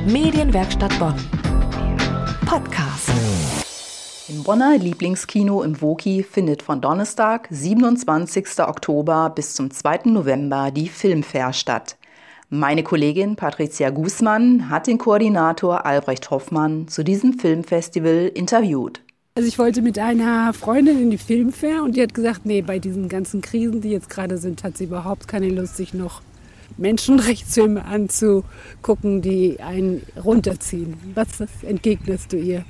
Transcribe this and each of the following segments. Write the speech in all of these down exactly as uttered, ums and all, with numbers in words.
Medienwerkstatt Bonn. Podcast. Im Bonner Lieblingskino im Woki findet von Donnerstag, siebenundzwanzigsten Oktober bis zum zweiten November die Filmfair statt. Meine Kollegin Patricia Gußmann hat den Koordinator Albrecht Hoffmann zu diesem Filmfestival interviewt. Also ich wollte mit einer Freundin in die Filmfair und die hat gesagt, nee, bei diesen ganzen Krisen, die jetzt gerade sind, hat sie überhaupt keine Lust, sich noch Menschenrechtsfilme anzugucken, die einen runterziehen. Was entgegnest du ihr?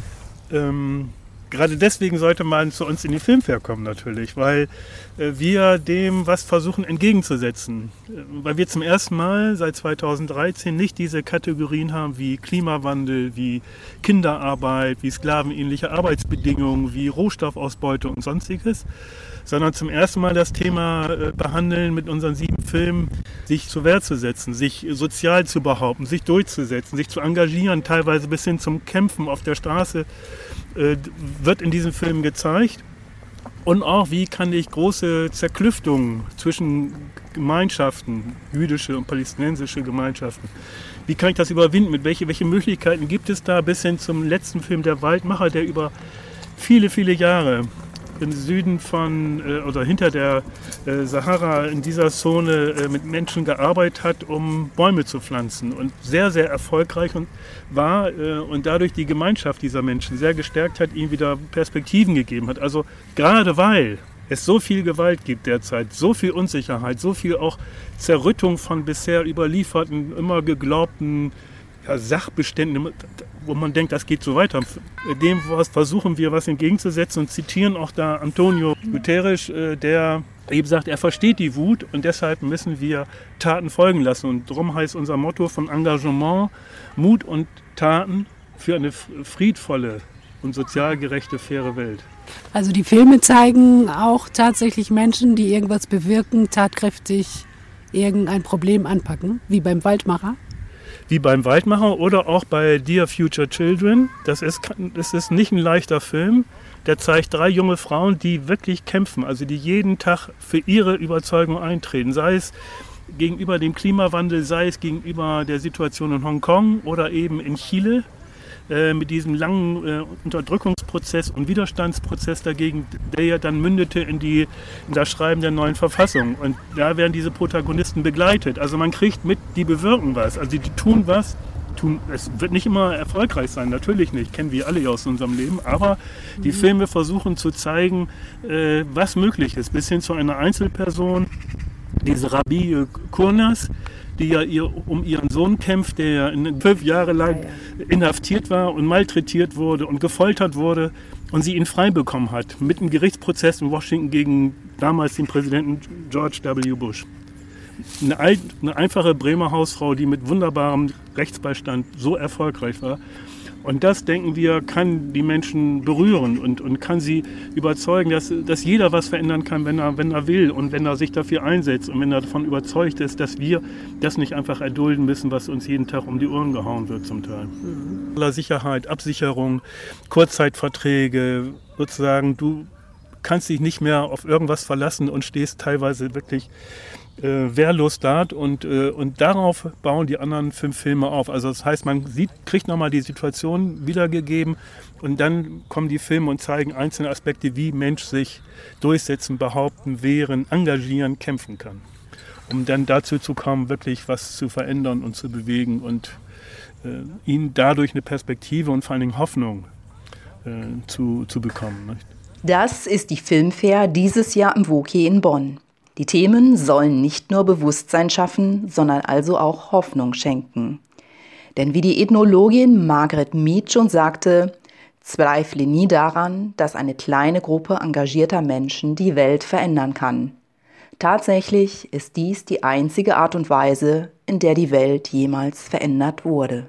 Ähm, gerade deswegen sollte man zu uns in die Filmfair kommen natürlich, weil äh, wir dem was versuchen entgegenzusetzen. Äh, weil wir zum ersten Mal seit zweitausenddreizehn nicht diese Kategorien haben wie Klimawandel, wie Kinderarbeit, wie sklavenähnliche Arbeitsbedingungen, wie Rohstoffausbeute und sonstiges, sondern zum ersten Mal das Thema äh, behandeln mit unseren sieben Filmen, sich zur Wehr zu setzen, sich sozial zu behaupten, sich durchzusetzen, sich zu engagieren, teilweise bis hin zum Kämpfen auf der Straße, äh, wird in diesen Filmen gezeigt. Und auch, wie kann ich große Zerklüftungen zwischen Gemeinschaften, jüdische und palästinensische Gemeinschaften, wie kann ich das überwinden, mit welche, welche Möglichkeiten gibt es da, bis hin zum letzten Film Der Waldmacher, der über viele, viele Jahre im Süden von äh, oder hinter der äh, Sahara in dieser Zone äh, mit Menschen gearbeitet hat, um Bäume zu pflanzen und sehr, sehr erfolgreich und war äh, und dadurch die Gemeinschaft dieser Menschen sehr gestärkt hat, ihnen wieder Perspektiven gegeben hat. Also gerade weil es so viel Gewalt gibt derzeit, so viel Unsicherheit, so viel auch Zerrüttung von bisher überlieferten, immer geglaubten ja, Sachbeständen, wo man denkt, das geht so weiter. Dem versuchen wir was entgegenzusetzen und zitieren auch da Antonio Guterres, der eben sagt, er versteht die Wut und deshalb müssen wir Taten folgen lassen. Und darum heißt unser Motto von Engagement, Mut und Taten für eine friedvolle und sozial gerechte, faire Welt. Also die Filme zeigen auch tatsächlich Menschen, die irgendwas bewirken, tatkräftig irgendein Problem anpacken, wie beim Waldmacher. Wie beim Waldmacher oder auch bei Dear Future Children. Das ist, das ist nicht ein leichter Film. Der zeigt drei junge Frauen, die wirklich kämpfen, also die jeden Tag für ihre Überzeugung eintreten. Sei es gegenüber dem Klimawandel, sei es gegenüber der Situation in Hongkong oder eben in Chile. Äh, mit diesem langen äh, Unterdrückungsprozess und Widerstandsprozess dagegen, der ja dann mündete in, die, in das Schreiben der neuen Verfassung. Und da werden diese Protagonisten begleitet. Also man kriegt mit, die bewirken was, also die tun was. Tun, es wird nicht immer erfolgreich sein, natürlich nicht, kennen wir alle aus unserem Leben, aber die Filme versuchen zu zeigen, äh, was möglich ist, bis hin zu einer Einzelperson, diese Rabih Kurnas, die ja ihr, um ihren Sohn kämpft, der ja fünf Jahre lang inhaftiert war und malträtiert wurde und gefoltert wurde und sie ihn frei bekommen hat, mit einem Gerichtsprozess in Washington gegen damals den Präsidenten George W. Bush. Eine, ein, eine einfache Bremer Hausfrau, die mit wunderbarem Rechtsbeistand so erfolgreich war. Und das, denken wir, kann die Menschen berühren und, und kann sie überzeugen, dass, dass jeder was verändern kann, wenn er, wenn er will und wenn er sich dafür einsetzt und wenn er davon überzeugt ist, dass wir das nicht einfach erdulden müssen, was uns jeden Tag um die Ohren gehauen wird zum Teil. Mhm. Sicherheit, Absicherung, Kurzzeitverträge, sozusagen, du kannst dich nicht mehr auf irgendwas verlassen und stehst teilweise wirklich Äh, wehrlos da und, äh, und darauf bauen die anderen fünf Filme auf. Also das heißt, man sieht, kriegt nochmal die Situation wiedergegeben und dann kommen die Filme und zeigen einzelne Aspekte, wie Mensch sich durchsetzen, behaupten, wehren, engagieren, kämpfen kann. Um dann dazu zu kommen, wirklich was zu verändern und zu bewegen und äh, ihnen dadurch eine Perspektive und vor allen Dingen Hoffnung äh, zu, zu bekommen. Nicht? Das ist die Filmfair dieses Jahr im Woki in Bonn. Die Themen sollen nicht nur Bewusstsein schaffen, sondern also auch Hoffnung schenken. Denn wie die Ethnologin Margret Mead schon sagte, zweifle nie daran, dass eine kleine Gruppe engagierter Menschen die Welt verändern kann. Tatsächlich ist dies die einzige Art und Weise, in der die Welt jemals verändert wurde.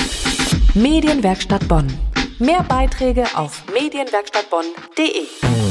Medienwerkstatt Bonn. Mehr Beiträge auf medienwerkstattbonn punkt de.